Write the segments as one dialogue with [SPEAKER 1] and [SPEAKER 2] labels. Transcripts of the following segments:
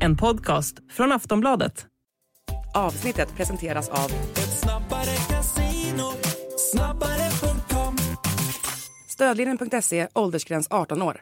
[SPEAKER 1] En podcast från Aftonbladet.
[SPEAKER 2] Avsnittet presenteras av
[SPEAKER 3] Ett snabbare casino, snabbare.com.
[SPEAKER 2] Stödlinjen.se, åldersgräns 18 år.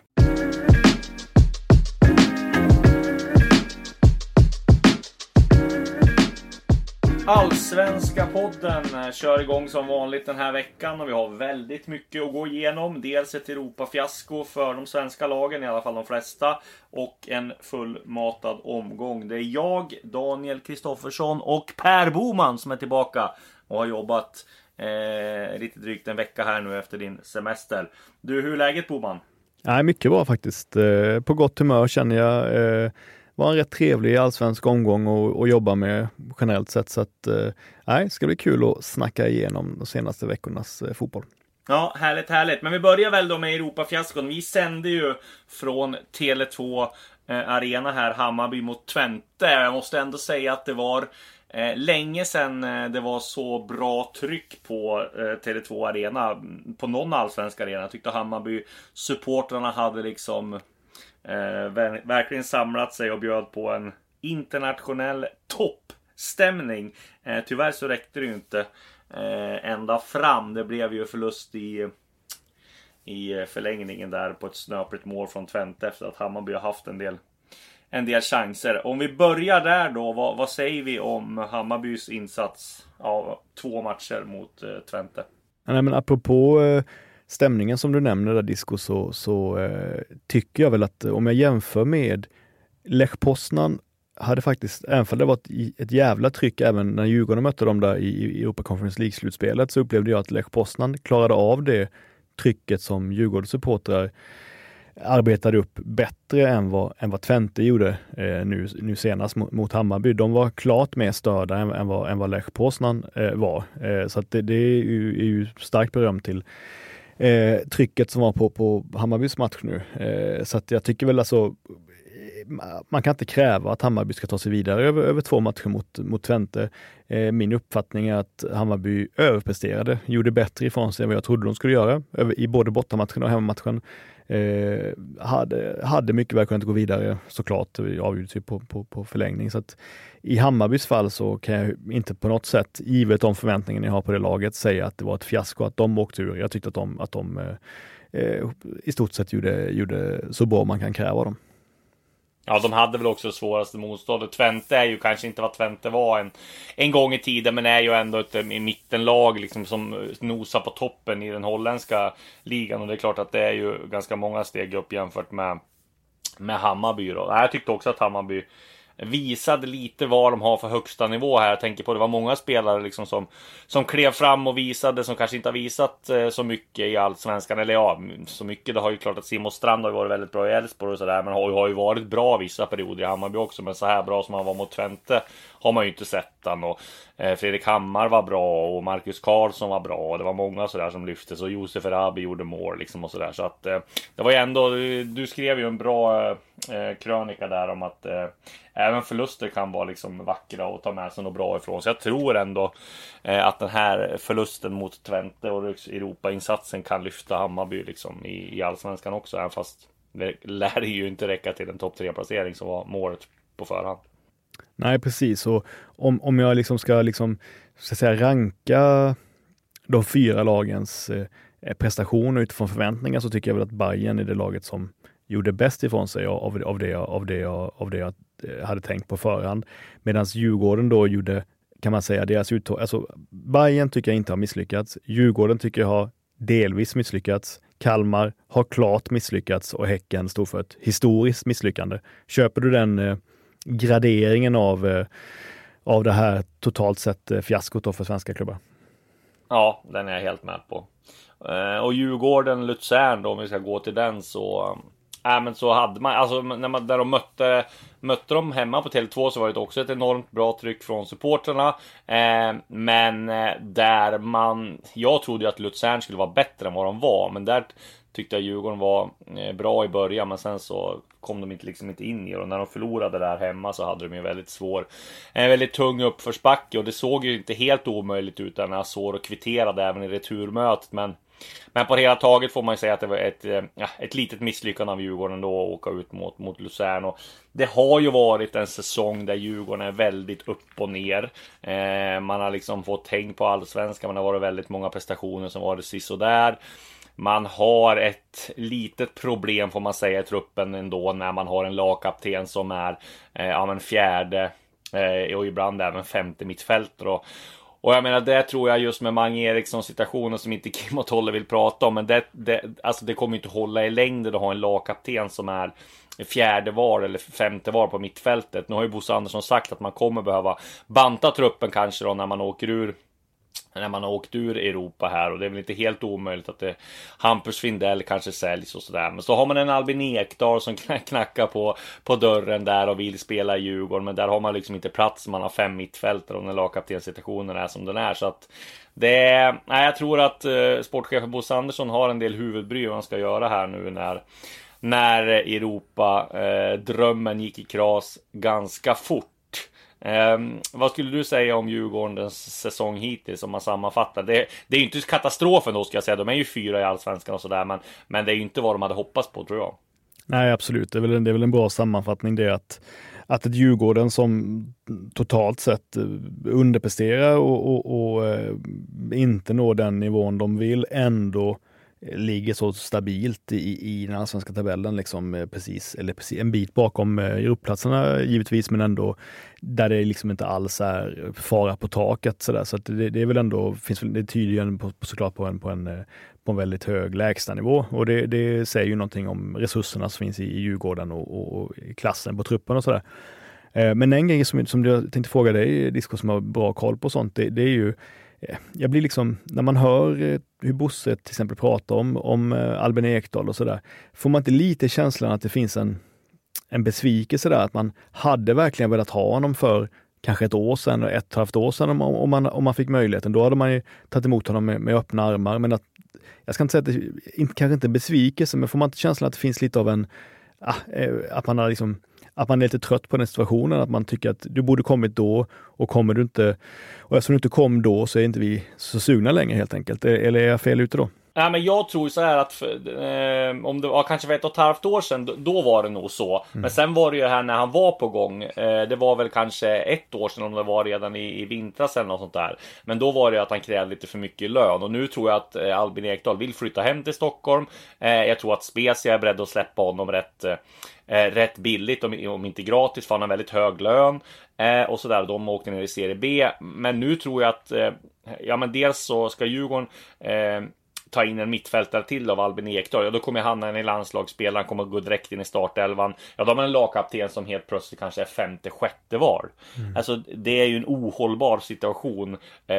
[SPEAKER 4] Allsvenska podden kör igång som vanligt den här veckan och vi har väldigt mycket att gå igenom. Dels ett Europafiasko för de svenska lagen, i alla fall de flesta, och en fullmatad omgång. Det är jag, Daniel Kristoffersson och Per Boman som är tillbaka och har jobbat lite drygt en vecka här nu efter din semester. Du, hur är läget, Boman?
[SPEAKER 5] Nej, mycket bra faktiskt. På gott humör känner jag. Var en rätt trevlig allsvensk omgång att jobba med generellt sett. Så att, det ska bli kul att snacka igenom de senaste veckornas fotboll.
[SPEAKER 4] Ja, härligt. Men vi börjar väl då med Europafiaskon. Vi sände ju från Tele2 Arena här, Hammarby mot Twente. Jag måste ändå säga att det var länge sedan det var så bra tryck på Tele2 Arena, på någon allsvensk arena. Jag tyckte Hammarby supportrarna hade liksom verkligen samlat sig och bjöd på en internationell toppstämning. Tyvärr så räckte det ju inte ända fram. Det blev ju förlust i förlängningen där på ett snöpligt mål från Twente efter att Hammarby har haft en del chanser. Om vi börjar där då, vad säger vi om Hammarbys insats av 2 matcher mot Twente?
[SPEAKER 5] Nej, men apropå stämningen som du nämner där, Disco, så tycker jag väl att om jag jämför med Lech Poznan, hade faktiskt, även om det var ett jävla tryck även när Djurgården mötte dem där i Europa Conference League-slutspelet, så upplevde jag att Lech Poznan klarade av det trycket som Djurgårdens supportrar arbetade upp bättre än vad Twente gjorde nu senast mot Hammarby. De var klart mer störda än vad Lech Poznan var. Så att det är ju starkt beröm till trycket som var på Hammarbys match nu. Så att jag tycker väl alltså, man kan inte kräva att Hammarby ska ta sig vidare över 2 matcher mot Twente. Min uppfattning är att Hammarby överpresterade, gjorde bättre ifrån sig än vad jag trodde de skulle göra i både bortamatchen och hemmamatchen. Hade mycket väl kunnat gå vidare, såklart. Vi avgjordes ju på förlängning. Så att i Hammarbys fall så kan jag inte på något sätt, givet de förväntningarna jag har på det laget, säga att det var ett fiasko att de åkte ur. Jag tyckte att de i stort sett gjorde så bra man kan kräva dem.
[SPEAKER 4] Ja, de hade väl också det svåraste motståndet. Twente är ju kanske inte vad Twente var en gång i tiden, men är ju ändå ett mittenlag liksom, som nosar på toppen i den holländska ligan. Och det är klart att det är ju ganska många steg upp jämfört med Hammarby då. Jag tyckte också att Hammarby visade lite vad de har för högsta nivå här. Jag tänker på det var många spelare liksom som klev fram och visade, som kanske inte har visat så mycket i allsvenskan. Eller ja, så mycket. Det har ju klart att Simon Strand har ju varit väldigt bra i Elfsborg och sådär, men har ju varit bra vissa perioder i Hammarby också. Men så här bra som han var mot Twente har man ju inte sett han. Och Fredrik Hammar var bra och Marcus Karlsson var bra. Och det var många sådär som lyftes, och Josef Erabi gjorde mål liksom och sådär. Så att det var ju ändå, du skrev ju en bra krönika där om att även förluster kan vara liksom vackra och ta med sig något bra ifrån. Så jag tror ändå att den här förlusten mot Twente och Europa-insatsen kan lyfta Hammarby liksom i allsvenskan också. Även fast det lär ju inte räcka till en topp 3-placering som var målet på förhand.
[SPEAKER 5] Nej, precis. Och om jag liksom ska säga ranka de 4 lagens prestationer utifrån förväntningar, så tycker jag väl att Bayern är det laget som gjorde bäst ifrån sig av det jag hade tänkt på förhand. Medan Djurgården då gjorde, kan man säga, deras uttåg. Alltså Bayern tycker jag inte har misslyckats. Djurgården tycker jag har delvis misslyckats. Kalmar har klart misslyckats och Häcken står för ett historiskt misslyckande. Köper du den graderingen av det här totalt sett fiaskot då för svenska klubbar?
[SPEAKER 4] Ja, den är jag helt med på. Och Djurgården, Luzern då, om vi ska gå till den, så men så hade man, alltså när de mötte dem hemma på Tele2, så var det också ett enormt bra tryck från supporterna. Men där jag trodde ju att Luzern skulle vara bättre än vad de var, men där tyckte jag Djurgården var bra i början, men sen så kom de inte in i det. Och när de förlorade där hemma så hade de ju en väldigt tung uppförsbacke, och det såg ju inte helt omöjligt ut när Azor kvitterade även i returmötet. Men Men på det hela taget får man ju säga att det var ett litet misslyckande av Djurgården då att åka ut mot Luzern. Och det har ju varit en säsong där Djurgården är väldigt upp och ner. Man har liksom fått häng på allsvenskan, man har varit väldigt många prestationer som varit sisådär. Man har ett litet problem får man säga i truppen ändå när man har en lagkapten som är fjärde och ibland även femte mittfältare. Och jag menar, det tror jag just med Mange Erikssons situationen som inte Kim och Tolle vill prata om, men det kommer inte hålla i längden att ha en lagkapten som är fjärde var eller femte var på mittfältet. Nu har ju Bosse Andersson sagt att man kommer behöva banta truppen kanske då när man har åkt ur Europa här, och det är väl inte helt omöjligt att Hampus Findell kanske säljs och sådär. Men så har man en Albin Ekdal som knackar på dörren där och vill spela i Djurgården, men där har man liksom inte plats, man har 5 mittfältare och när lagkaptenssituationen är som den är. Så att jag tror att sportchefen Bosse Andersson har en del huvudbry vad han ska göra här nu när Europa drömmen gick i kras ganska fort. Vad skulle du säga om Djurgårdens säsong hittills om man sammanfattar? Det är ju inte katastrofen då ska jag säga, de är ju 4 i allsvenskan och sådär, men det är ju inte vad de hade hoppats på tror jag. Nej, absolut, det är väl en bra sammanfattning det att ett Djurgården som totalt sett underpresterar och inte når den nivån de vill ändå ligger så stabilt i den allsvenska tabellen liksom precis en bit bakom Europaplatserna givetvis, men ändå där det liksom inte alls är fara på taket sådär. Så att det är väl ändå det tyder ju såklart på en väldigt hög lägstanivå, och det säger ju någonting om resurserna som finns i Djurgården och klassen på truppen och sådär. Men en grej som jag tänkte fråga dig, Disco, som har bra koll på sånt, det är ju jag blir liksom, när man hör hur Bosse till exempel pratar om Albin Ekdal och sådär, får man inte lite känslan att det finns en besvikelse där, att man hade verkligen velat ha honom för kanske 1 år sedan och 1,5 år sedan om man fick möjligheten. Då hade man ju tagit emot honom med öppna armar, men att jag ska inte säga att det kanske inte är besvikelse, men får man inte känslan att det finns lite av att man har liksom, att man är lite trött på den situationen, att man tycker att du borde kommit då, och kommer du inte, och eftersom du inte kom då så är inte vi så sugna längre helt enkelt. Eller är jag fel ute då? Ja, men jag tror så här att om det var kanske för 1,5 år sedan, då var det nog så. Men sen var det ju här när han var på gång. Det var väl kanske 1 år sedan, om det var redan i vintras eller något sånt där. Men då var det att han krävde lite för mycket lön. Och nu tror jag att Albin Ekdal vill flytta hem till Stockholm. Jag tror att Spezia är beredd att släppa honom rätt billigt, om inte gratis, för han har väldigt hög lön. Och sådär, de åkte ner i Serie B. Men nu tror jag att dels så ska Djurgården ta in en mittfältare till av Albin Ekdal, då kommer han in i landslagsspelaren, kommer gå direkt in i startelvan. Ja, då har man en lagkapten som helt plötsligt kanske är 5:e, 6:e var. Alltså det är ju en ohållbar situation,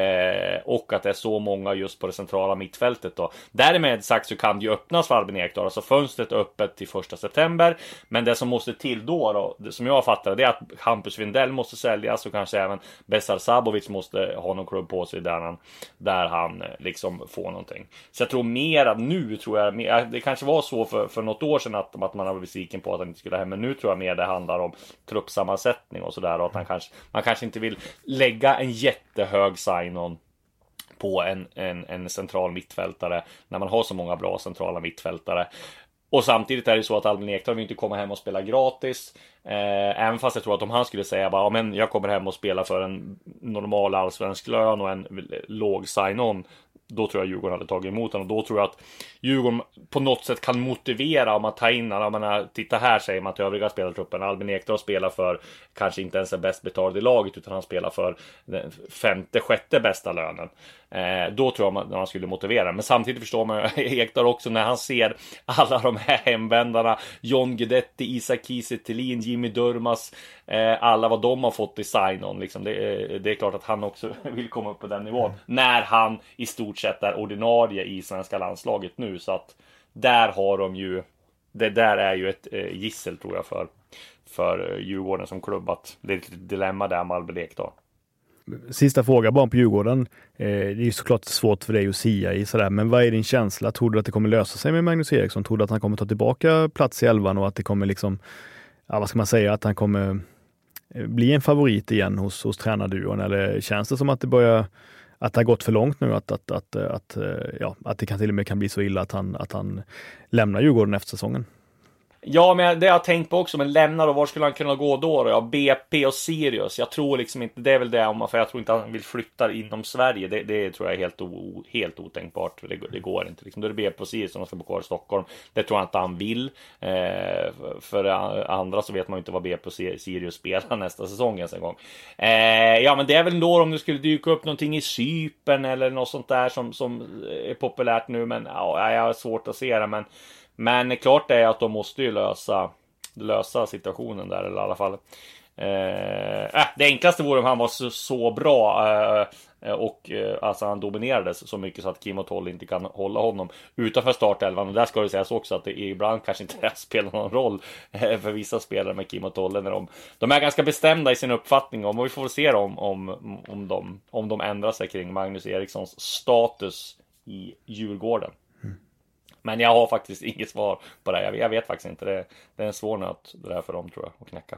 [SPEAKER 4] och att det är så många just på det centrala mittfältet då. Därmed sagt så kan det ju öppnas för Albin Ekdal, alltså fönstret är öppet till 1 september, men det som måste till då det som jag fattar, det är att Hampus Findell måste säljas, och kanske även Besar Sabovic måste ha någon klubb på sig där han liksom får någonting. Så jag tror mer att nu det kanske var så för något år sedan att man var besviken på att han inte skulle hem, men nu tror jag mer det handlar om truppsammansättning och sådär, och att man kanske inte vill lägga en jättehög sign-on på en central mittfältare när man har så många bra centrala mittfältare. Och samtidigt är det så att Albin Ekdal vill inte komma hem och spela gratis. Även fast jag tror att om han skulle säga men jag kommer hem och spela för en normal allsvensk lön och en låg sign-on, då tror jag Djurgården hade tagit emot honom. Och då tror jag att Djurgården på något sätt kan motivera om att ta in honom. Titta här, säger man till övriga spelartruppen. Albin Ekdal spelar för kanske inte ens är bäst betald i laget, utan han spelar för den 5:e, 6:e bästa lönen. Då tror jag man skulle motivera. Men samtidigt förstår man Ekdal också när han ser alla de här hemvändarna. John Guidetti, Isak Kiese Thelin, Jimmy Durmaz, alla vad de har fått i sign-on. Liksom. Det är klart att han också vill komma upp på den nivån. När han i stort sett är ordinarie i svenska landslaget nu. Så att där har de ju, det där är ju ett gissel tror jag för Djurgården som klubb, att det är ett dilemma där med Albin Ekdal. Sista fråga bara på Djurgården. Det är ju såklart svårt för dig att sia i sådär, men vad är din känsla? Tror du att det kommer lösa sig med Magnus Eriksson? Tror du att han kommer ta tillbaka plats i elvan och att det kommer liksom, vad ska man säga, att han kommer bli en favorit igen hos tränarduon? Eller känns det som att
[SPEAKER 5] det har gått för långt nu, att det kan till och med kan bli så illa att han lämnar Djurgården efter säsongen.
[SPEAKER 4] Ja, men det har jag tänkt på också, men lämnar och var skulle han kunna gå då? Ja, BP och Sirius. Jag tror liksom inte, det är väl det, för jag tror inte han vill flytta inom Sverige. Det tror jag är helt otänkbart. Det går inte. Liksom, då är det BP och Sirius som ska bo kvar i Stockholm. Det tror jag inte han vill. För andra så vet man ju inte vad BP och Sirius spelar nästa säsong ens en gång. Ja, men det är väl då om det skulle dyka upp någonting i Cypern eller något sånt där som är populärt nu. Men ja, jag har svårt att se det, men klart är att de måste ju lösa situationen där, eller i alla fall. Det enklaste vore om han var så bra och alltså han dominerades så mycket så att Kim och Toll inte kan hålla honom utanför startelvan. Och där ska det sägas också att det ibland kanske inte spelar någon roll för vissa spelare med Kim och Tolle när de är ganska bestämda i sin uppfattning om, och vi får se om de ändrar sig kring Magnus Erikssons status i Djurgården. Men jag har faktiskt inget svar på det. Jag vet faktiskt inte. Det är en svår nöt det där för dem, tror jag, att knäcka.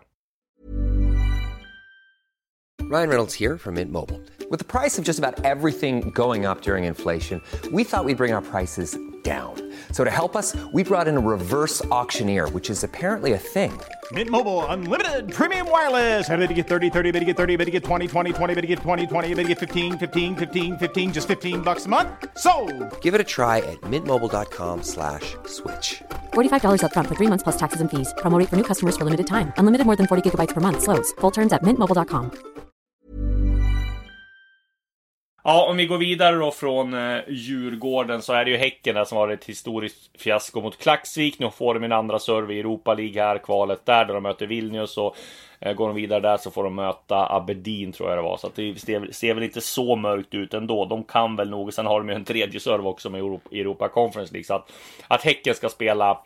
[SPEAKER 6] Ryan Reynolds here from Mint Mobile. With the price of just about everything going up during inflation, we thought we'd bring our prices down. So to help us, we brought in a reverse auctioneer, which is apparently a thing.
[SPEAKER 7] Mint Mobile Unlimited Premium Wireless. How to get 30, 30, bit to get 30, bit to get 20, 20, 20, bit to get 20, 20, bit to get 15, 15, 15, 15, just $15 a month? Sold!
[SPEAKER 6] Give it a try at mintmobile.com/switch.
[SPEAKER 8] $45 up front for 3 months plus taxes and fees. Promo rate for new customers for limited time. Unlimited more than 40 gigabytes per month. Slows full terms at mintmobile.com.
[SPEAKER 4] Ja, om vi går vidare då från Djurgården, så är det ju Häcken där som har ett historiskt fiasko mot Klaxvik. Nu får de en andra serve i Europa League här, kvalet där de möter Vilnius, och går de vidare där så får de möta Aberdeen, tror jag det var. Så att det ser väl inte så mörkt ut ändå. De kan väl nog, sen har de ju en tredje serve också med Europa Conference League. Så att Häcken ska spela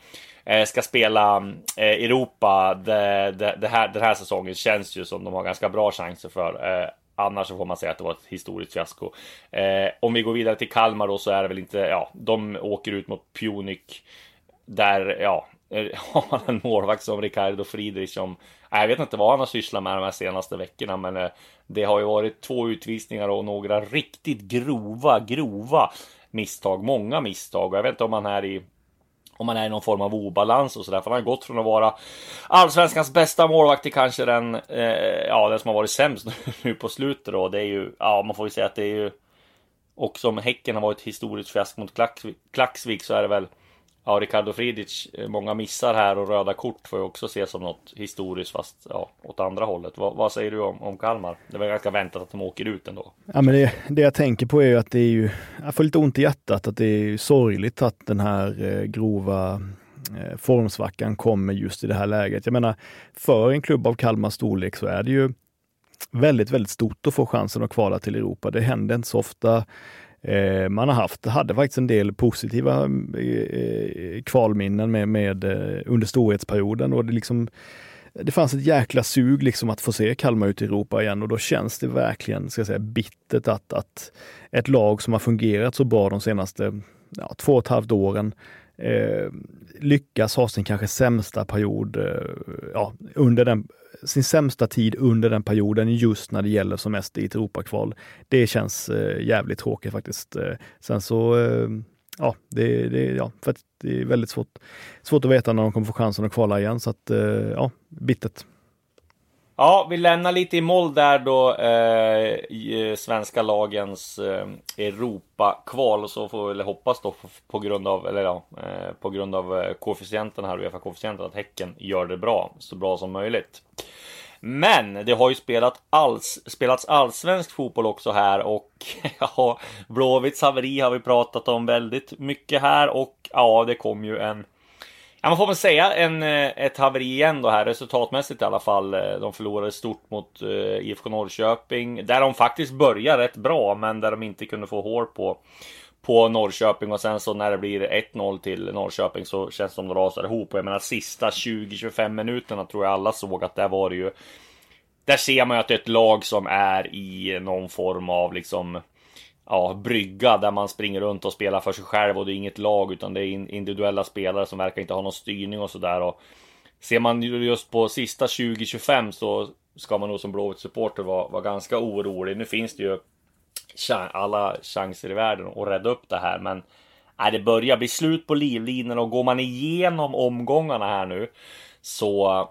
[SPEAKER 4] Europa den här säsongen känns ju som de har ganska bra chanser för. Annars så får man säga att det var ett historiskt fiasko. Om vi går vidare till Kalmar då, så är det väl inte, de åker ut mot Punic där, har man en målvakt som Ricardo Friedrich som, jag vet inte vad han har sysslat med de här senaste veckorna, men det har ju varit 2 utvisningar och några riktigt grova misstag, många misstag. Jag vet inte om man är i någon form av obalans och sådär. För han har gått från att vara allsvenskans bästa målvakt till kanske den som har varit sämst nu på slutet då. Det är ju, man får ju säga att det är ju, och som Häcken har varit historiskt fiasko mot Klaxvik, så är det väl Ricardo Friedrich, många missar här och röda kort får ju också ses som något historiskt, fast åt andra hållet. Vad säger du om Kalmar? Det var ganska väntat att de åker ut ändå. Ja,
[SPEAKER 5] men det jag tänker på är ju att det är ju, jag får lite ont i hjärtat att det är ju sorgligt att den här grova formsvackan kommer just i det här läget. Jag menar, för en klubb av Kalmars storlek så är det ju väldigt, väldigt stort att få chansen att kvala till Europa. Det händer inte så ofta. Man hade faktiskt en del positiva kvalminnen med under storhetsperioden, och det fanns ett jäkla sug liksom att få se Kalmar ut i Europa igen, och då känns det verkligen, ska jag säga, bittert att ett lag som har fungerat så bra de senaste 2,5 åren lyckas ha sin kanske sämsta period sin sämsta tid under den perioden, just när det gäller som mest i ett Europakval. Det känns jävligt tråkigt faktiskt. Sen så för att det är väldigt svårt att veta när de kommer få chansen att kvala igen, så att bittert.
[SPEAKER 4] Ja, vi lämnar lite i mål där då svenska lagens Europa-kval, och så får vi väl hoppas då på grund av koefficienten här, UEFA-koefficienten, att Häcken gör det bra, så bra som möjligt. Men det har ju spelats allsvensk fotboll också här, och Blåvitts haveri har vi pratat om väldigt mycket här, och det kom ju man får väl säga ett haveri igen då här, resultatmässigt i alla fall. De förlorade stort mot IFK Norrköping, där de faktiskt börjar rätt bra, men där de inte kunde få hår på Norrköping, och sen så när det blir 1-0 till Norrköping så känns det som de rasar ihop. Jag menar, sista 20-25 minuterna tror jag alla såg att där ser man ju att det är ett lag som är i någon form av brygga, där man springer runt och spelar för sig själv, och det är inget lag utan det är individuella spelare som verkar inte ha någon styrning och sådär. Och ser man just på sista 20-25 så ska man nog som Blåvitt supporter vara ganska orolig. Nu finns det ju alla chanser i världen att rädda upp det här. Men det börjar bli slut på livlinan, och går man igenom omgångarna här nu så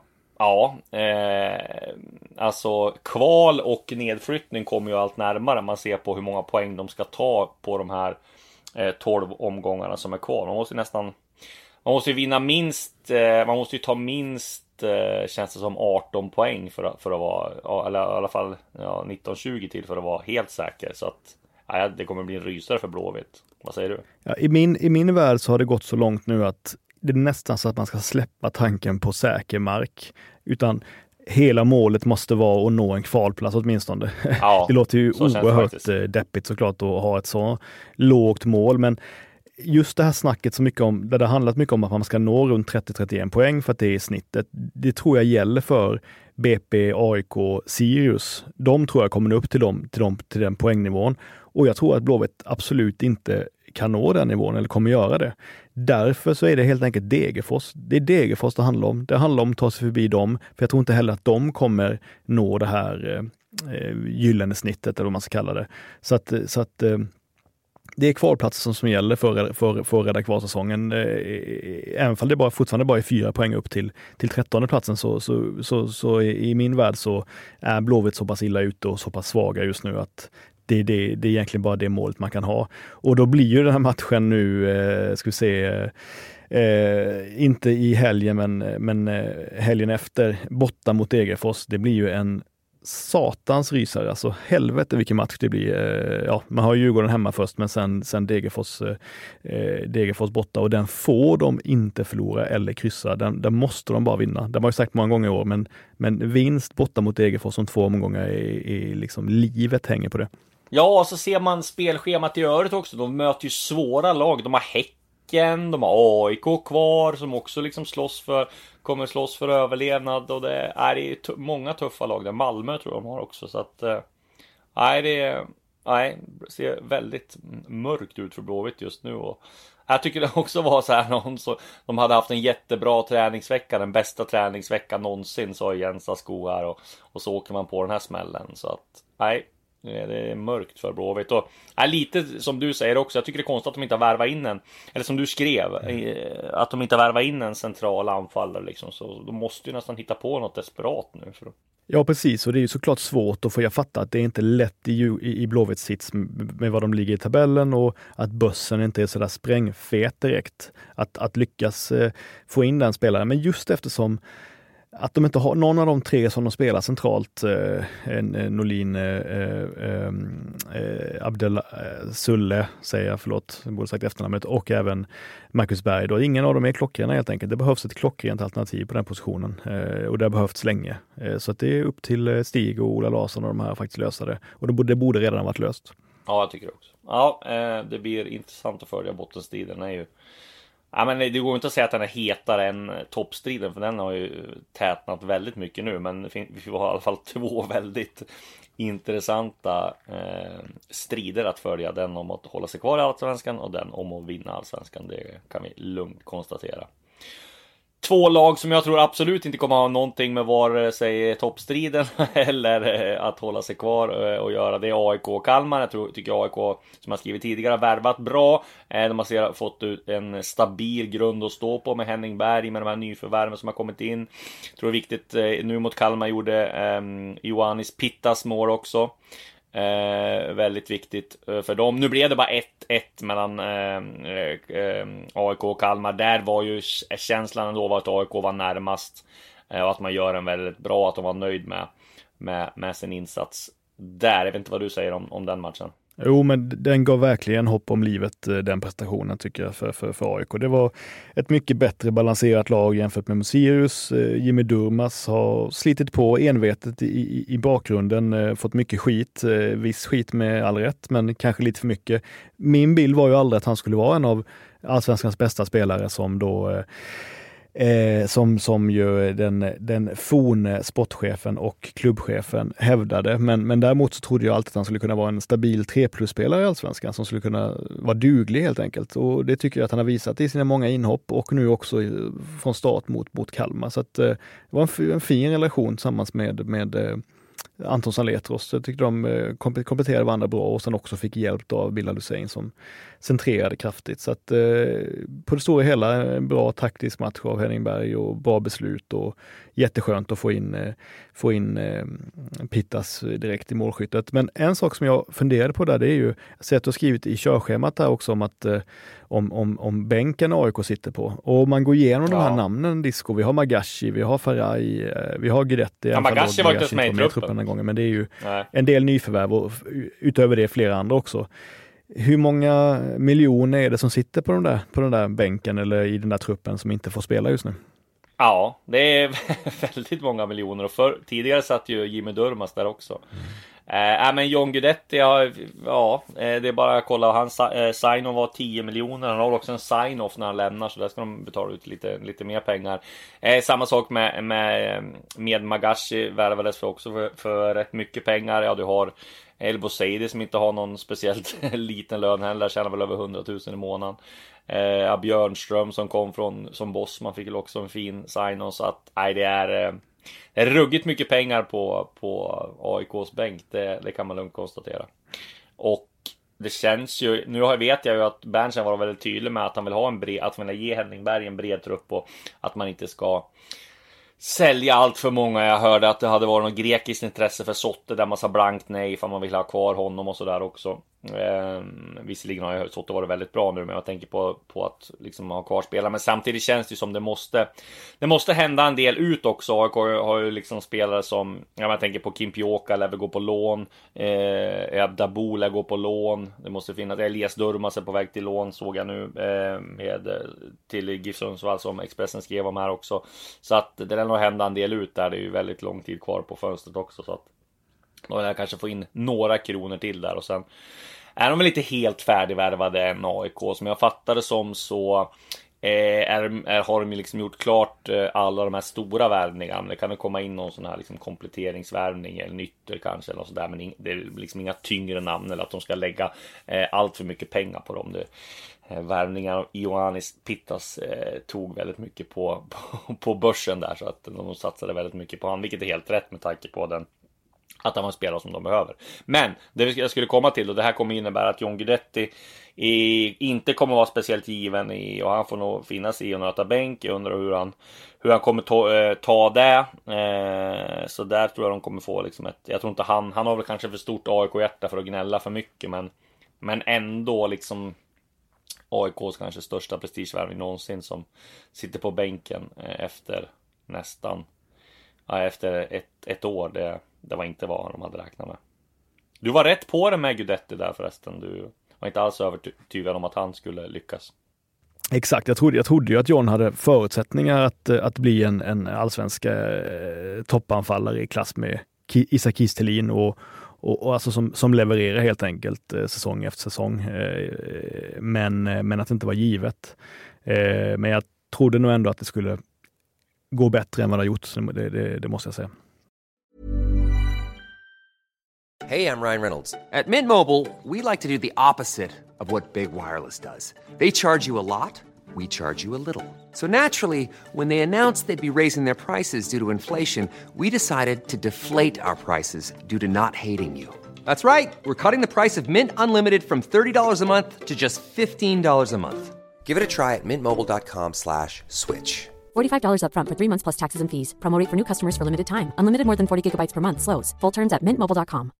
[SPEAKER 4] alltså kval och nedflyttning kommer ju allt närmare. Man ser på hur många poäng de ska ta på de här 12 omgångarna som är kvar. Man måste ju vinna minst, man måste ju ta minst, känns det som 18 poäng för att vara, eller i alla fall 19-20 till för att vara helt säker. Så att det kommer bli en rysare för Blåvitt. Vad säger du?
[SPEAKER 5] Ja, i min värld så har det gått så långt nu att det är nästan så att man ska släppa tanken på säker mark, utan hela målet måste vara att nå en kvalplats åtminstone. Ja, det låter ju oerhört deppigt såklart att ha ett så lågt mål, men just det här snacket så mycket om, där det handlat mycket om att man ska nå runt 30-31 poäng för att det är snittet, det tror jag gäller för BP, AIK, Sirius. De tror jag kommer upp till den poängnivån, och jag tror att Blåvitt absolut inte kan nå den nivån eller kommer göra det. Därför så är det helt enkelt Degerfors. Det är Degerfors det handlar om. Det handlar om att ta sig förbi dem, för jag tror inte heller att de kommer nå det här gyllene snittet eller vad man ska kalla det. Så att det är kvalplatsen som gäller för att rädda kvar säsongen. Även om det fortfarande bara är 4 poäng upp till 13:e platsen, så i min värld så är Blåvitt så pass illa ute och så pass svaga just nu att det är egentligen bara det målet man kan ha. Och då blir ju den här matchen nu, ska vi se, inte i helgen men helgen efter, borta mot Degerfors. Det blir ju en satans rysare, alltså helvete vilken match det blir. Man har Djurgården hemma först, men sen Degerfors borta, och den får de inte förlora eller kryssa, den måste de bara vinna. Det har jag sagt många gånger i år, men vinst borta mot Degerfors som 2 omgångar är liksom, livet hänger på det. Ja,
[SPEAKER 4] och så ser man spelschemat i övrigt också. De möter ju svåra lag. De har Häcken, de har AIK kvar som också liksom kommer slåss för överlevnad, och det är många tuffa lag där. Malmö tror jag de har också, så att det ser väldigt mörkt ut för Blåvitt just nu. Och jag tycker det också var så här, de hade haft en jättebra träningsvecka, den bästa träningsveckan någonsin, sa Jens Asko här, och så åker man på den här smällen, så att det är mörkt för Blåvitt. Och lite som du säger också, jag tycker det är konstigt att de inte har värvat in eller som du skrev, att de inte har värvat in en central anfallare liksom. Så de måste ju nästan hitta på något desperat nu för.
[SPEAKER 5] Ja, precis, och det är ju såklart svårt att få, jag fattar att det är inte lätt i Blåvitts sits med vad de ligger i tabellen, och att bössen inte är sådär sprängfet direkt att lyckas få in den spelaren. Men just eftersom att de inte har någon av de 3 som de spelar centralt, Norlin, Abdel Sulle, säger jag, förlåt, jag borde sagt efternamnet, och även Marcus Berg. Då. Ingen av dem är klockrena helt enkelt. Det behövs ett klockrent alternativ på den positionen, och det har behövts länge. Så att det är upp till Stig och Ola Larsson och de här faktiskt lösa det. Och det borde redan ha varit löst.
[SPEAKER 4] Ja, jag tycker det också. Ja, det blir intressant att följa bottenstriden. Är ju... Ja, men det går inte att säga att den är hetare än toppstriden, för den har ju tätnat väldigt mycket nu, men vi har i alla fall 2 väldigt intressanta strider att följa. Den om att hålla sig kvar i Allsvenskan och den om att vinna Allsvenskan, det kan vi lugnt konstatera. 2 lag som jag tror absolut inte kommer ha någonting med vare sig toppstriden eller att hålla sig kvar och göra det, AIK och Kalmar. Jag tycker AIK, som jag skrivit tidigare, har värvat bra. De har fått ut en stabil grund att stå på med Henning Berg, med de här nyförvärven som har kommit in. Jag tror det är viktigt. Nu mot Kalmar gjorde Ioannis Pittas mål också. Väldigt viktigt för dem. Nu blev det bara 1-1 mellan AIK och Kalmar. Där var ju känslan ändå att AIK var närmast, och att man gör en väldigt bra, att de var nöjd med sin insats där. Jag vet inte vad du säger om den matchen.
[SPEAKER 5] Jo, men den gav verkligen hopp om livet, den prestationen tycker jag för AIK. Det var ett mycket bättre balanserat lag jämfört med Sirius. Jimmy Durmaz har slitit på envetet i bakgrunden, fått mycket skit, viss skit med all rätt, men kanske lite för mycket. Min bild var ju aldrig att han skulle vara en av Allsvenskans bästa spelare, som då som ju den forne sportchefen och klubbchefen hävdade. Men däremot så trodde jag alltid att han skulle kunna vara en stabil 3+-spelare i Allsvenskan, som skulle kunna vara duglig helt enkelt. Och det tycker jag att han har visat i sina många inhopp, och nu också från start mot Kalmar. Så att det var en fin relation tillsammans med Anton Saletros. Jag tyckte de kompletterade varandra bra och sen också fick hjälp av Bilal Hussein som centrerade kraftigt. Så att på det stora hela en bra taktisk match av Henning Berg och bra beslut och jätteskönt att få in Pittas direkt i målskyttet. Men en sak som jag funderade på där, det är ju, jag ser att du har skrivit i körschemat där också om att om bänken AIK sitter på. Och man går igenom de här namnen, Disco, vi har Magashi, vi har Faraj, vi har Guidetti.
[SPEAKER 4] Ja, Magashi var inte med i truppen
[SPEAKER 5] den gången, men det är ju en del nyförvärv och utöver det flera andra också. Hur många miljoner är det som sitter på den där bänken eller i den där truppen som inte får spela just nu?
[SPEAKER 4] Ja, det är väldigt många miljoner och tidigare satt ju Jimmy Durmaz där också. Men John Guidetti, det är bara att kolla. Hans sign-on var 10 miljoner. Han har också en sign-off när han lämnar, så där ska de betala ut lite mer pengar. Samma sak med Magashi, värvades för rätt mycket pengar. Ja, du har El Bouzidi som inte har någon speciellt liten lön heller, tjänar väl över 100 000 i månaden. Björnström som kom som boss, man fick väl också en fin sign-on, så att det är ruggigt mycket pengar på AIKs bänk, det kan man lugnt konstatera. Och det känns ju, vet jag ju att Berntsen var väldigt tydlig med att han vill ha att han vill ge Henning Berg en bred trupp och att man inte ska sälja allt för många. Jag hörde att det hade varit något grekiskt intresse för Sotte där man sa blankt nej för man vill ha kvar honom och sådär också. Visserligen har jag hört Sotte varit väldigt bra nu, men jag tänker på att liksom ha kvar spelare. Men samtidigt känns det som det måste hända en del ut också. AIK har ju liksom spelare som, jag tänker på Kim Pioka lär gå på lån, Dabou lär gå på lån. Det måste finnas, Elias Durmaz är på väg till lån, såg jag nu till GIF Sundsvall som Expressen skrev om här också. Så att det lär nog hända en del ut där. Det är ju väldigt lång tid kvar på fönstret också, så att då lär kanske få in några kronor till där. Och sen är de väl inte helt färdigvärvade än AIK. Som jag fattade som så har de liksom gjort klart alla de här stora värvningarna. Det kan ju komma in någon sån här liksom kompletteringsvärvning eller nytter kanske eller sådär, men det är liksom inga tyngre namn eller att de ska lägga allt för mycket pengar på dem. Värvningar av Ioannis Pittas tog väldigt mycket på börsen där, så att de satsade väldigt mycket på han, vilket är helt rätt med tanke på att han var spelare som de behöver. Men det jag skulle komma till, och det här kommer innebära att John Guidetti inte kommer vara speciellt given i, och han får nog finnas i och nöta bänk. Jag undrar hur han kommer ta det. Så där tror jag de kommer få liksom jag tror inte han har väl kanske för stort AIK-hjärta för att gnälla för mycket, men ändå liksom AIKs kanske största prestigevärvning någonsin som sitter på bänken efter ett år. Det var inte vad de hade räknat med. Du var rätt på det med Guidetti där förresten. Du var inte alls övertygad om att han skulle lyckas.
[SPEAKER 5] Exakt, jag trodde ju att John hade förutsättningar att bli en allsvensk toppanfallare i klass med Isak Kiestelin och alltså som levererar helt enkelt säsong efter säsong. Men att det inte var givet. Men jag trodde nog ändå att det skulle gå bättre än vad det har gjort. Så det måste jag säga.
[SPEAKER 6] Hey, I'm Ryan Reynolds. At Mint Mobile, we like to do the opposite of what Big Wireless does. They charge you a lot, we charge you a little. So naturally, when they announced they'd be raising their prices due to inflation, we decided to deflate our prices due to not hating you. That's right. We're cutting the price of Mint Unlimited from $30 a month to just $15 a month. Give it a try at mintmobile.com/switch.
[SPEAKER 8] $45 up front for 3 months plus taxes and fees. Promo rate for new customers for limited time. Unlimited more than 40 gigabytes per month slows. Full terms at mintmobile.com.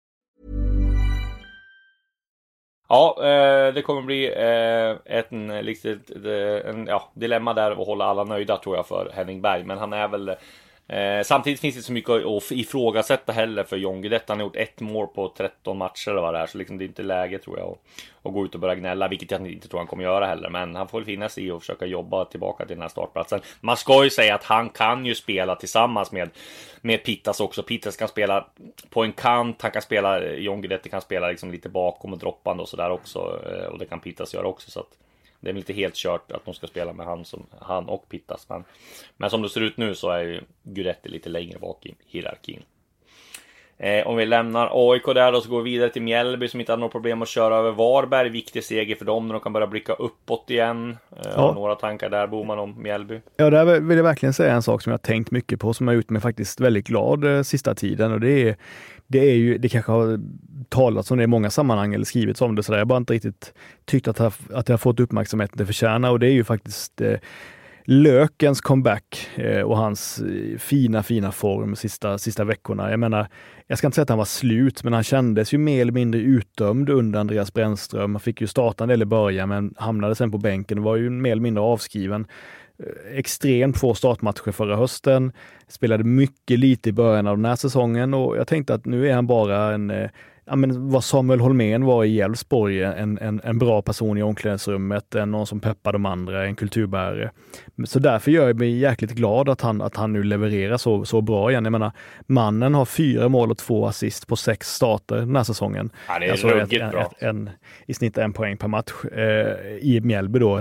[SPEAKER 4] Ja, det kommer bli ett dilemma där att hålla alla nöjda tror jag för Henning Berg. Men han är väl samtidigt finns det så mycket att ifrågasätta heller för John Guidetti. Han har gjort 1 mål på 13 matcher eller vad det är. Så liksom det är inte läge tror jag att gå ut och börja gnälla, vilket jag inte tror han kommer göra heller. Men han får väl finna sig i och försöka jobba tillbaka till den här startplatsen. Man ska ju säga att han kan ju spela tillsammans med Pittas också. Pittas kan spela på en kant, John Guidetti kan spela liksom lite bakom och droppande och sådär också. Och det kan Pittas göra också, så att det är inte helt kört att de ska spela med han och Pittas. Men som det ser ut nu så är ju Guidetti lite längre bak i hierarkin. Om vi lämnar AIK där då, så går vi vidare till Mjällby som inte hade några problem att köra över Varberg. Viktig seger för dem när de kan börja blicka uppåt igen. Några tankar där, Boman, om Mjällby?
[SPEAKER 5] Ja, där vill jag verkligen säga en sak som jag har tänkt mycket på, som har gjort mig faktiskt väldigt glad sista tiden, och det är ju, det kanske har talats om det i många sammanhang eller skrivits om det, så där. Jag bara inte riktigt tyckt att jag har fått uppmärksamheten det förtjänar, och det är ju faktiskt Lökens comeback och hans fina form sista veckorna. Jag menar, jag ska inte säga att han var slut, men han kändes ju mer eller mindre utdömd under Andreas Brännström. Han fick ju starta en del i början, men hamnade sen på bänken och var ju mer eller mindre avskriven. Extremt få startmatcher förra hösten, spelade mycket lite i början av den här säsongen, och jag tänkte att nu är han bara vad Samuel Holmén var i Elfsborg, en bra person i omklädningsrummet, någon som peppar de andra, en kulturbärare. Så därför gör jag mig jäkligt glad att han nu levererar så bra igen. Jag menar, mannen har 4 mål och 2 assist på 6 starter den här säsongen.
[SPEAKER 4] Ja, det är alltså ruggigt bra.
[SPEAKER 5] I snitt 1 poäng per match. I Mjällby då,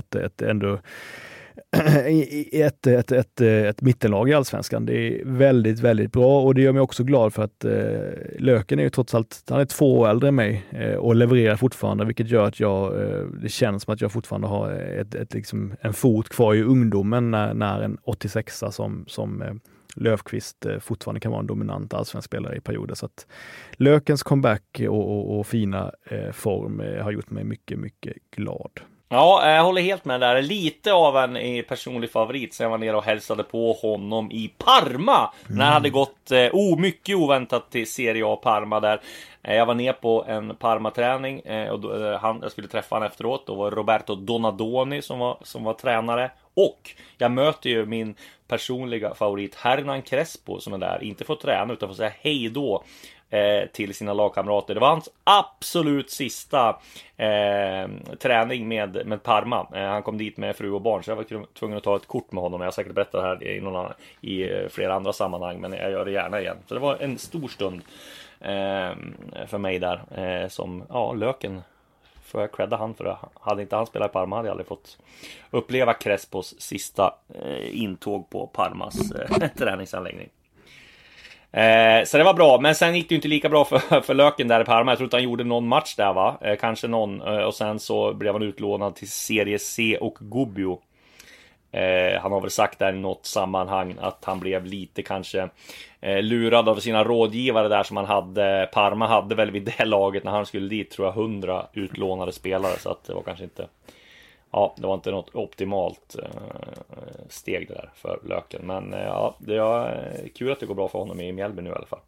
[SPEAKER 5] ett mittenlag i Allsvenskan. Det är väldigt, väldigt bra, och det gör mig också glad för att Löken är ju trots allt, han är 2 år äldre än mig och levererar fortfarande, vilket gör att det känns som att jag fortfarande har liksom en fot kvar i ungdomen när en 86a som Löfqvist fortfarande kan vara en dominant allsvensk spelare i perioder. Så att Lökens comeback och fina form har gjort mig mycket, mycket glad.
[SPEAKER 4] Ja, jag håller helt med där. Lite av en personlig favorit, så jag var nere och hälsade på honom i Parma när han hade gått mycket oväntat till Serie A Parma där. Jag var ner på en Parma-träning och jag skulle träffa han efteråt. Då var Roberto Donadoni som var tränare. Och jag möter ju min personliga favorit Hernan Crespo som är där. Inte för att träna utan för att säga hej då till sina lagkamrater. Det var hans absolut sista träning med Parma. Han kom dit med fru och barn, så jag var tvungen att ta ett kort med honom. Jag har säkert berättat det här i flera andra sammanhang, men jag gör det gärna igen. Så det var en stor stund för mig där som Löken får jag credda han för det. Hade inte han spelat i Parma hade jag aldrig fått uppleva Crespos sista intåg på Parmas träningsanläggning. Så det var bra, men sen gick det ju inte lika bra för Löken där i Parma. Jag tror att han gjorde någon match där, va? Kanske någon, och sen så blev han utlånad till Serie C och Gubbio. Han har väl sagt där i något sammanhang att han blev lite kanske lurad av sina rådgivare där som han hade. Parma hade väl vid det laget när han skulle dit, tror jag, 100 utlånade spelare, så att det var kanske inte det var inte något optimalt steg det där för Löken. Men det är kul att det går bra för honom i Mjällby nu i alla fall.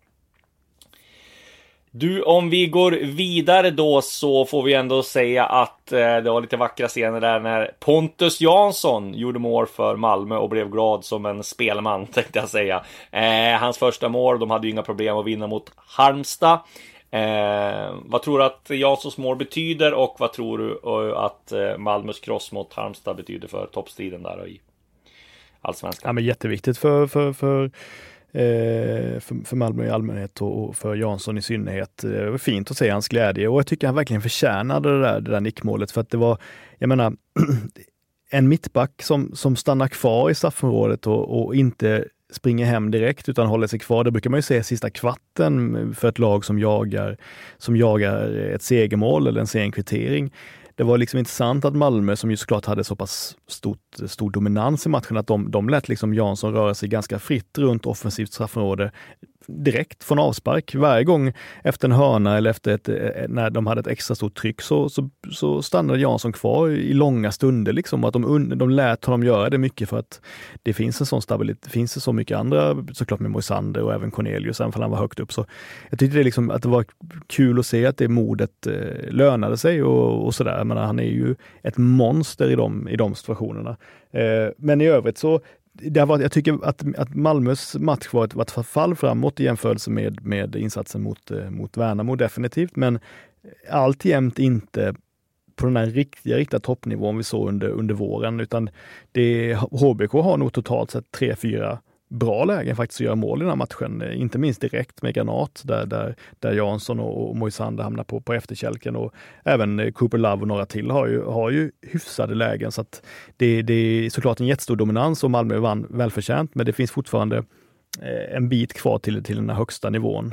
[SPEAKER 4] Du, om vi går vidare då så får vi ändå säga att det var lite vackra scener där när Pontus Jansson gjorde mål för Malmö och blev glad som en spelman, tänkte jag säga. Hans första mål, de hade ju inga problem att vinna mot Halmstad. Vad tror du att Janssons mål betyder, och vad tror du att Malmös kross mot Halmstad betyder för toppstriden där i Allsvenskan?
[SPEAKER 5] Ja, men jätteviktigt för Malmö i allmänhet och för Jansson i synnerhet. Det var fint att se hans glädje, och jag tycker han verkligen förtjänade det där nickmålet, för att det var, jag menar, en mittback som stannar kvar i straffområdet och inte springer hem direkt utan håller sig kvar. Det brukar man ju se sista kvarten för ett lag som jagar ett segermål eller en sen kvittering. Det var liksom intressant att Malmö, som ju såklart hade så pass stor dominans i matchen, att de lät liksom Jansson röra sig ganska fritt runt offensivt straffområde direkt från avspark. Varje gång efter en hörna eller när de hade ett extra stort tryck så stannade Jansson kvar i långa stunder. Liksom, att de lät honom göra det mycket, för att det finns en sån stabilitet. Det finns så mycket andra, såklart med Moisander och även Cornelius, även om han var högt upp. Så jag tyckte liksom att det var kul att se att det modet lönade sig och sådär. Men han är ju ett monster i de situationerna. Men i övrigt så jag tycker att Malmös match var ett fall framåt i jämförelse med insatsen mot Värnamo definitivt, men alltjämt inte på den här riktiga toppnivån vi såg under våren, utan HBK har nog totalt sett 3-4 bra lägen faktiskt att göra mål i den här matchen, inte minst direkt med Granat där Jansson och Moisander hamnar på efterkälken, och även Cooper Love och några till har ju hyfsade lägen, så att det är såklart en jättestor dominans och Malmö vann välförtjänt, men det finns fortfarande en bit kvar till den här högsta nivån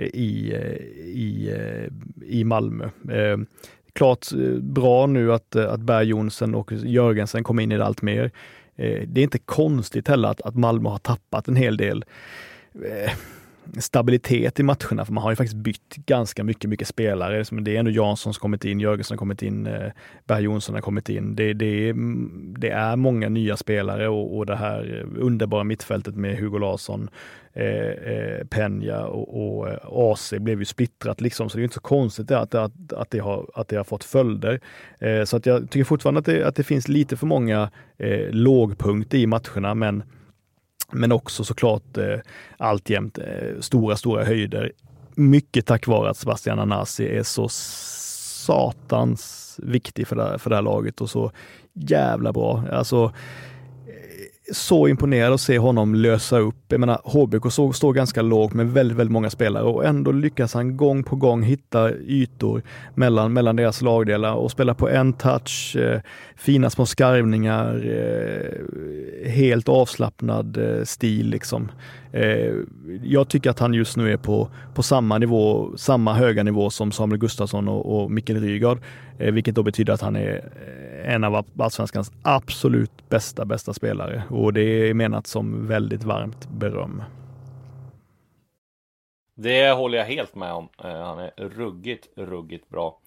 [SPEAKER 5] i Malmö. Klart bra nu att Berg Jonsson och Jörgensen kommer in i det allt mer. Det är inte konstigt heller att Malmö har tappat en hel del stabilitet i matcherna, för man har ju faktiskt bytt ganska mycket spelare. Det är ändå Jansson som kommit in, Jörgensen har kommit in, Berg Jonsson har kommit in. Det är många nya spelare och det här underbara mittfältet med Hugo Larsson, Peña och AC blev ju splittrat liksom, så det är inte så konstigt att det har fått följder. Så att jag tycker fortfarande att det finns lite för många lågpunkter i matcherna, men också såklart alltjämt stora höjder. Mycket tack vare att Sebastian Anasi är så satans viktig för det här laget och så jävla bra. Alltså, så imponerad att se honom lösa upp. Jag menar, HBK står ganska lågt med väldigt många spelare och ändå lyckas han gång på gång hitta ytor mellan deras lagdelar och spela på en touch, fina små skarvningar, helt avslappnad stil liksom. Jag tycker att han just nu är på samma nivå, samma höga nivå som Samuel Gustafsson och Mikkel Rygaard, vilket då betyder att han är en av allsvenskans absolut bästa spelare, och det är menat som väldigt varmt beröm.
[SPEAKER 4] Det håller jag helt med om. Han är ruggigt bra.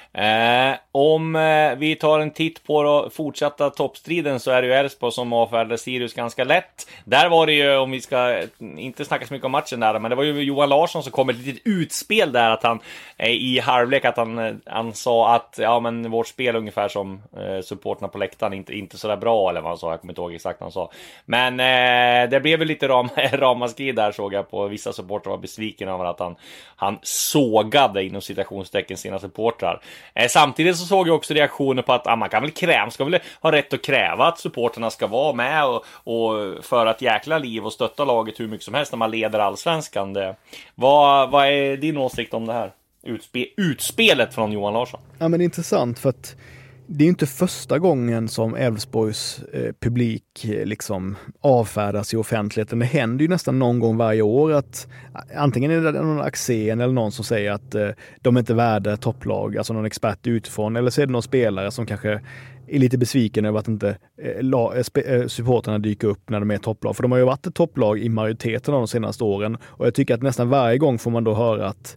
[SPEAKER 4] Om vi tar en titt på då, fortsatta toppstriden, så är det ju Elfsborg som avfärdade Sirius ganska lätt. Där var det ju, om vi ska inte snacka så mycket om matchen där, men det var ju Johan Larsson som kom ett litet utspel där, att han i halvlek att han sa att ja, men vårt spel ungefär som supporterna på läktaren, inte så där bra, eller vad han sa, jag kommer inte ihåg exakt vad han sa. Men det blev väl lite ramaskri där, såg jag på vissa supportrar var besviken över att han sågade inom citationstecken sina supportrar. Samtidigt så såg jag också reaktioner på att man kan väl ska väl ha rätt att kräva att supporterna ska vara med och föra ett jäkla liv och stötta laget hur mycket som helst när man leder allsvenskan. Vad är din åsikt om det här utspelet från Johan Larsson?
[SPEAKER 5] Ja, men det är intressant, för att det är inte första gången som Elfsborgs publik liksom avfärdas i offentligheten. Det händer ju nästan någon gång varje år att antingen är det någon Axén eller någon som säger att de är inte värda topplag, alltså någon expert utifrån, eller så är det någon spelare som kanske är lite besviken över att inte supporterna dyker upp när de är topplag. För de har ju varit ett topplag i majoriteten av de senaste åren, och jag tycker att nästan varje gång får man då höra att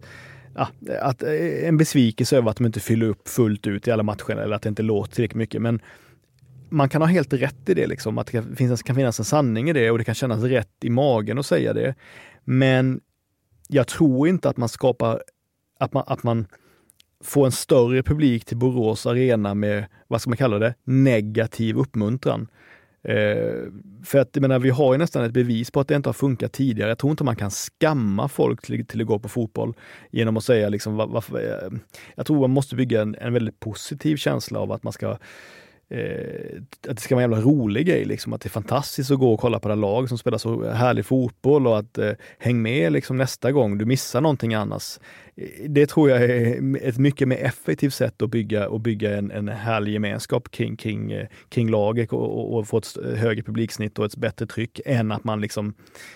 [SPEAKER 5] en besvikelse över att de inte fyller upp fullt ut i alla matcher, eller att det inte låter tillräckligt mycket. Men man kan ha helt rätt i det, liksom, att det kan finnas en sanning i det, och det kan kännas rätt i magen att säga det. Men jag tror inte att man skapar att man får en större publik till Borås Arena med, vad ska man kalla det, negativ uppmuntran. För att jag menar, vi har ju nästan ett bevis på att det inte har funkat tidigare. Jag tror inte man kan skamma folk till att gå på fotboll genom att säga liksom, jag tror man måste bygga en väldigt positiv känsla av att man ska att det ska vara en jävla rolig grej, liksom, att det är fantastiskt att gå och kolla på det lag som spelar så härlig fotboll, och att häng med liksom nästa gång du missar någonting annars. Det tror jag är ett mycket mer effektivt sätt att bygga en härlig gemenskap kring laget och få ett högre publiksnitt och ett bättre tryck, än att man liksom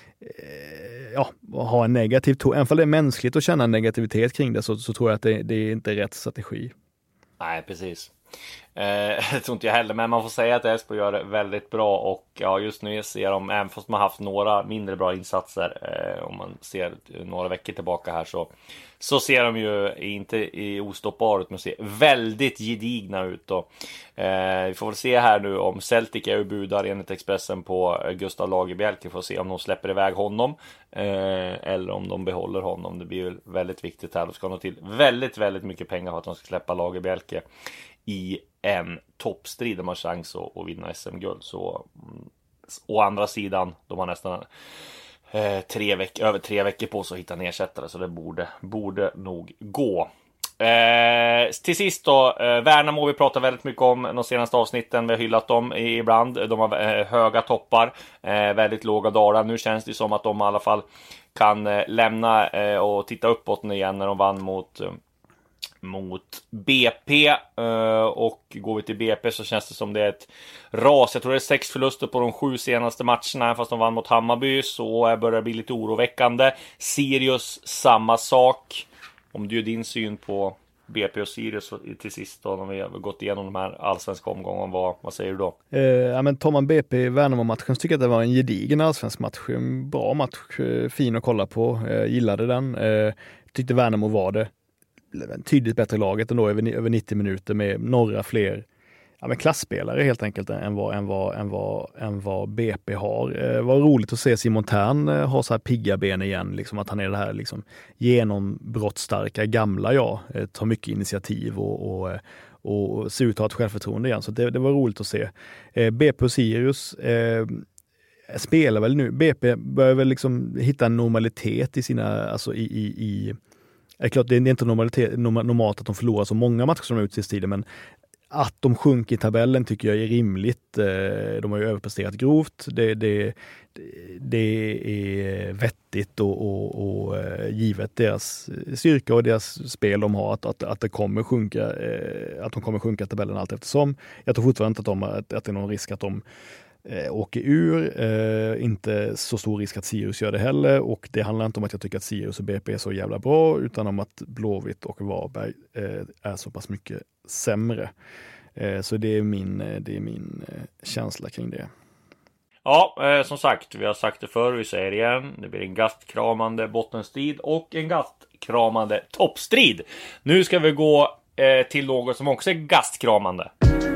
[SPEAKER 5] har en negativ ton. Även om det är mänskligt att känna en negativitet kring det, så tror jag att det är inte rätt strategi.
[SPEAKER 4] Nej, precis. Det tror inte jag heller, men man får säga att Elfsborg gör det väldigt bra, och ja, just nu ser de, även fast man haft några mindre bra insatser, om man ser några veckor tillbaka här, så ser de ju inte i ostoppbar ut, men ser väldigt gedigna ut, och vi får väl se här nu om Celtic är budar enligt Expressen på Gustav Lagerbielke, får se om de släpper iväg honom eller om de behåller honom. Det blir ju väldigt viktigt här, då ska nog till väldigt mycket pengar för att de ska släppa Lagerbielke i en toppstrid. De har chans att vinna SM-guld. Så å andra sidan, de har nästan över 3 veckor på sig att hitta en ersättare, så det borde nog gå. Till sist då, Värnamo vi pratar väldigt mycket om de senaste avsnitten, vi har hyllat dem ibland. De har höga toppar, väldigt låga dalar. Nu känns det som att de i alla fall kan lämna och titta uppåt igen när de vann mot mot BP. Och går vi till BP så känns det som det är ett ras. Jag tror det är 6 förluster på de 7 senaste matcherna, fast de vann mot Hammarby, så börjar det bli lite oroväckande. Sirius, samma sak. Om du gör din syn på BP och Sirius till sist då, när vi har gått igenom de här allsvenska omgången, vad säger du då?
[SPEAKER 5] Ja, men tar man BP i Värnamo-matchen så tycker jag att det var en gedigen allsvensk match. En bra match, fin att kolla på. Gillade den. Tyckte Värnamo var det tydligt bättre laget ändå över 90 minuter med några fler klassspelare helt enkelt än vad BP har. Var roligt att se Simon Thern ha så här pigga ben igen, liksom att han är det här liksom genombrottsstarka gamla tar mycket initiativ och ser ut att ha ett självförtroende igen, så det var roligt att se. BP och Sirius spelar väl nu. BP börjar väl liksom hitta en normalitet i sina, alltså det är klart det är inte normalt att de förlorar så många matcher som de har ut i tiden, men att de sjunker i tabellen tycker jag är rimligt. De har ju överpresterat grovt. Det är vettigt och givet deras styrka och deras spel de har att det kommer sjunka, att de kommer sjunka tabellen allt eftersom. Jag tror fortfarande inte att det är någon risk att de åker ur. Inte så stor risk att Sirius gör det heller, och det handlar inte om att jag tycker att Sirius och BP är så jävla bra, utan om att Blåvitt och Varberg är så pass mycket sämre. Så det är min känsla kring det.
[SPEAKER 4] Ja, som sagt, vi har sagt det förr, vi säger det igen. Det blir en gastkramande bottenstrid och en gastkramande toppstrid. Nu ska vi gå till något som också är gastkramande.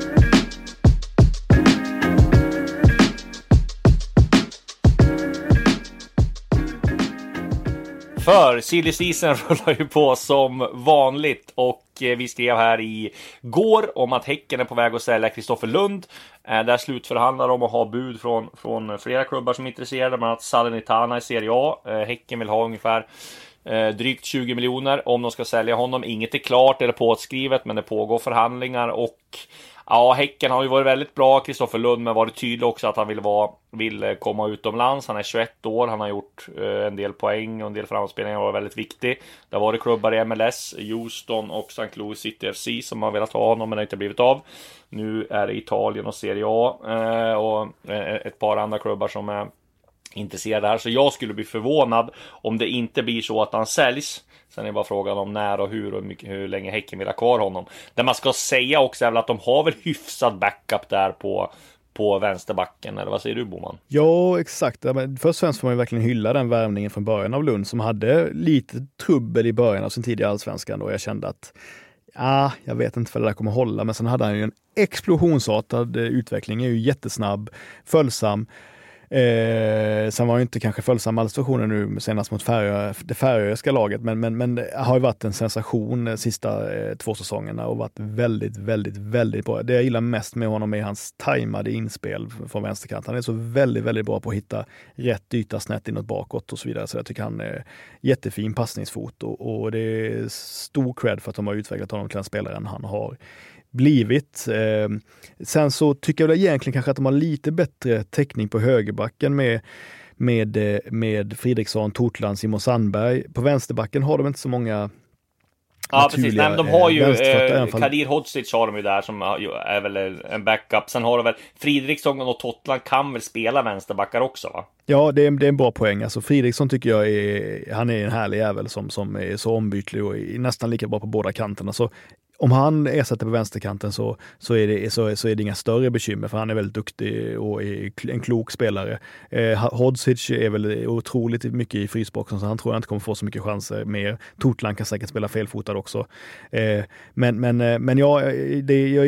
[SPEAKER 4] För silly season rullar ju på som vanligt, och vi skrev här i går om att Häcken är på väg att sälja Kristoffer Lund. Där slutförhandlar de att ha bud från flera klubbar som är intresserade, bland annat Salernitana i Serie A. Häcken vill ha ungefär drygt 20 miljoner om de ska sälja honom. Inget är klart eller påskrivet, men det pågår förhandlingar, och ja, Häcken har ju varit väldigt bra, Kristoffer Lund, men varit tydlig också att han vill komma utomlands. Han är 21 år, han har gjort en del poäng och en del framspelningar, var väldigt viktig. Det har varit klubbar i MLS, Houston och St. Louis City FC som har velat ha honom, men det har inte blivit av. Nu är det Italien och Serie A och ett par andra klubbar som är intresserade här. Så jag skulle bli förvånad om det inte blir så att han säljs. Sen är det bara frågan om när och hur länge Häcken vill ha kvar honom. Det man ska säga också är väl att de har väl hyfsad backup där på vänsterbacken, eller vad säger du, Boman?
[SPEAKER 5] Ja, exakt. Först och främst får man ju verkligen hylla den värvningen från början av Lund, som hade lite trubbel i början av sin tid i Allsvenskan, och jag kände att jag vet inte för det där kommer hålla, men sen hade han ju en explosionsartad utveckling, är ju jättesnabb, följsam. Sen var ju inte kanske följsam all situationer nu senast mot det färöiska laget, men det har ju varit en sensation de sista 2 säsongerna och varit väldigt, väldigt, väldigt bra. Det jag gillar mest med honom är hans tajmade inspel från vänsterkant. Han är så väldigt, väldigt bra på att hitta rätt yta snett inåt bakåt och så vidare, så jag tycker han är jättefin passningsfot, och det är stor cred för att de har utvecklat honom till en spelare han har blivit. Sen så tycker jag egentligen kanske att de har lite bättre täckning på högerbacken med Fridriksson, Tortland, Simon Sandberg. På vänsterbacken har de inte så många.
[SPEAKER 4] Ja, precis. Nej, de har ju Kadir Hodzic har de ju där, som är väl en backup. Sen har de väl Fridriksson och Tortland kan väl spela vänsterbackar också, va? Ja, det är en bra poäng. Alltså Fridriksson tycker jag han är en härlig jävel som är så ombytlig och är nästan lika bra på båda kanterna. Så om han ersätter på vänsterkanten så är det inga större bekymmer, för han är väldigt duktig och är en klok spelare. Hodzic är väl otroligt mycket i frysboxen, så han tror jag inte kommer få så mycket chanser mer. Tortland kan säkert spela felfotad också. Men jag är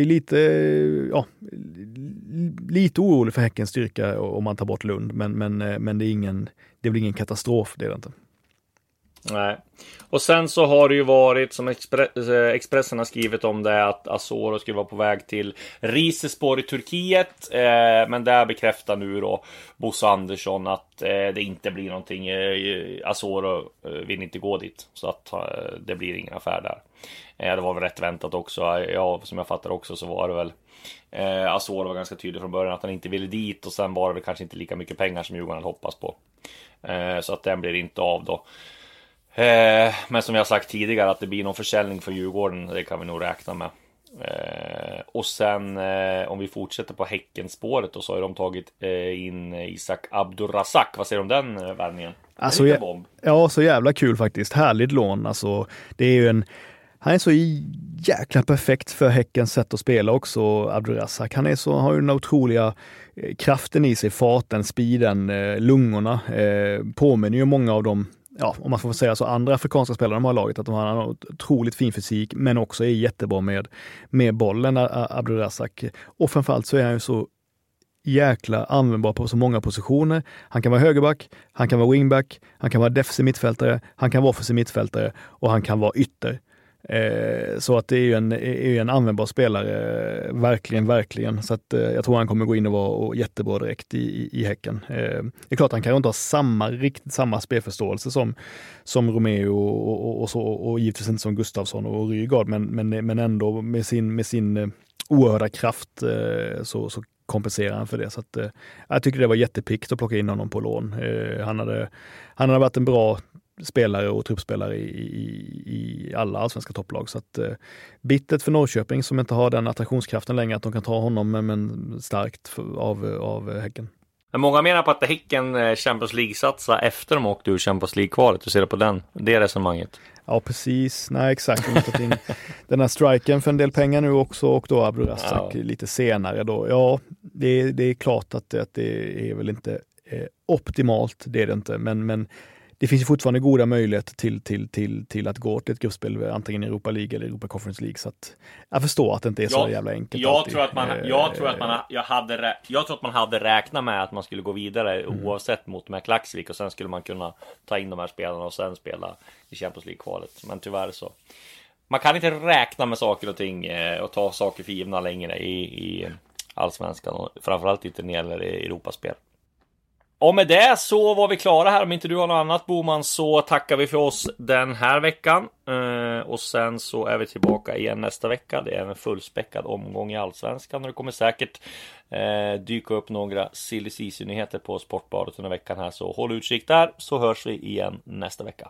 [SPEAKER 4] lite orolig för Häckens styrka om man tar bort Lund, men det blir ingen katastrof, det är det inte. Nej. Och sen så har det ju varit, som Expressen har skrivit om det, att Asoro skulle vara på väg till Rizespor i Turkiet, men där bekräftar nu då Bosse Andersson att det inte blir någonting. Asoro vill inte gå dit, så att det blir ingen affär där. Det var väl rätt väntat också. Ja, som jag fattar också så var det väl Asoro var ganska tydlig från början att han inte ville dit, och sen var det väl kanske inte lika mycket pengar som Djurgården hade hoppats på. Så att den blir inte av då. Men som jag sagt tidigare, att det blir någon försäljning för Djurgården, det kan vi nog räkna med. Och sen om vi fortsätter på Häckenspåret då, så har de tagit in Isak Abdurrazak. Vad säger du om den värvningen?
[SPEAKER 5] Alltså, ja, så jävla kul faktiskt. Härligt lån. Alltså, det är ju han är så jäkla perfekt för Häckens sätt att spela också, Abdurrazak. Han är har ju den otroliga kraften i sig, farten, speeden, lungorna. Påminner ju många av dem, ja, om man får säga så, andra afrikanska spelare de har laget, att de har en otroligt fin fysik, men också är jättebra med bollen, Abdurrazak. Och framförallt så är han ju så jäkla användbar på så många positioner. Han kan vara högerback, han kan vara wingback, han kan vara defensiv mittfältare, han kan vara offensiv mittfältare och han kan vara ytter. Så att det är ju en användbar spelare, verkligen. Så att jag tror han kommer gå in och vara jättebra direkt i Häcken. Det är klart han kan inte ha riktigt samma spelförståelse som Romeo och givetvis inte som Gustafsson och Rygaard, men ändå med sin oerhörda kraft så kompenserar han för det. Så att jag tycker det var jättepikt att plocka in honom på lån. Han hade varit en bra spelare och truppspelare i alla allsvenska topplag. Så att bittert för Norrköping som inte har den attraktionskraften längre att de kan ta honom, men starkt av Häcken.
[SPEAKER 4] Många menar på att Häcken Champions League-satsa efter de åkte ur Champions League-kvalet. Hur ser du på det resonemanget?
[SPEAKER 5] Ja, precis. Nej, exakt. De har tagit in den här striken för en del pengar nu också, och då Abdurrazak lite senare då. Ja, det är klart att det är väl inte optimalt, det är det inte, men det finns ju fortfarande goda möjligheter till att gå till ett gruppspel, antingen i Europa League eller Europa Conference League, så att jag förstår att det inte är så jävla enkelt.
[SPEAKER 4] Jag tror att man hade räknat med att man skulle gå vidare oavsett mot McLaxvik, och sen skulle man kunna ta in de här spelarna och sen spela i Champions League-kvalet. Men tyvärr så man kan inte räkna med saker och ting och ta saker för givna längre i allsvenskan, och framförallt inte när det gäller Europaspel. Och med det så var vi klara här. Om inte du har något annat, Boman, så tackar vi för oss den här veckan. Och sen så är vi tillbaka igen nästa vecka. Det är en fullspäckad omgång i allsvenskan, och det kommer säkert dyka upp några silly season-nyheter på Sportbladet under veckan här. Så håll utkik där, så hörs vi igen nästa vecka.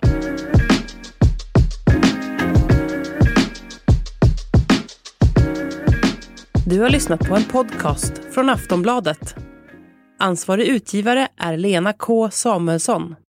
[SPEAKER 1] Du har lyssnat på en podcast från Aftonbladet. Ansvarig utgivare är Lena K. Samuelsson.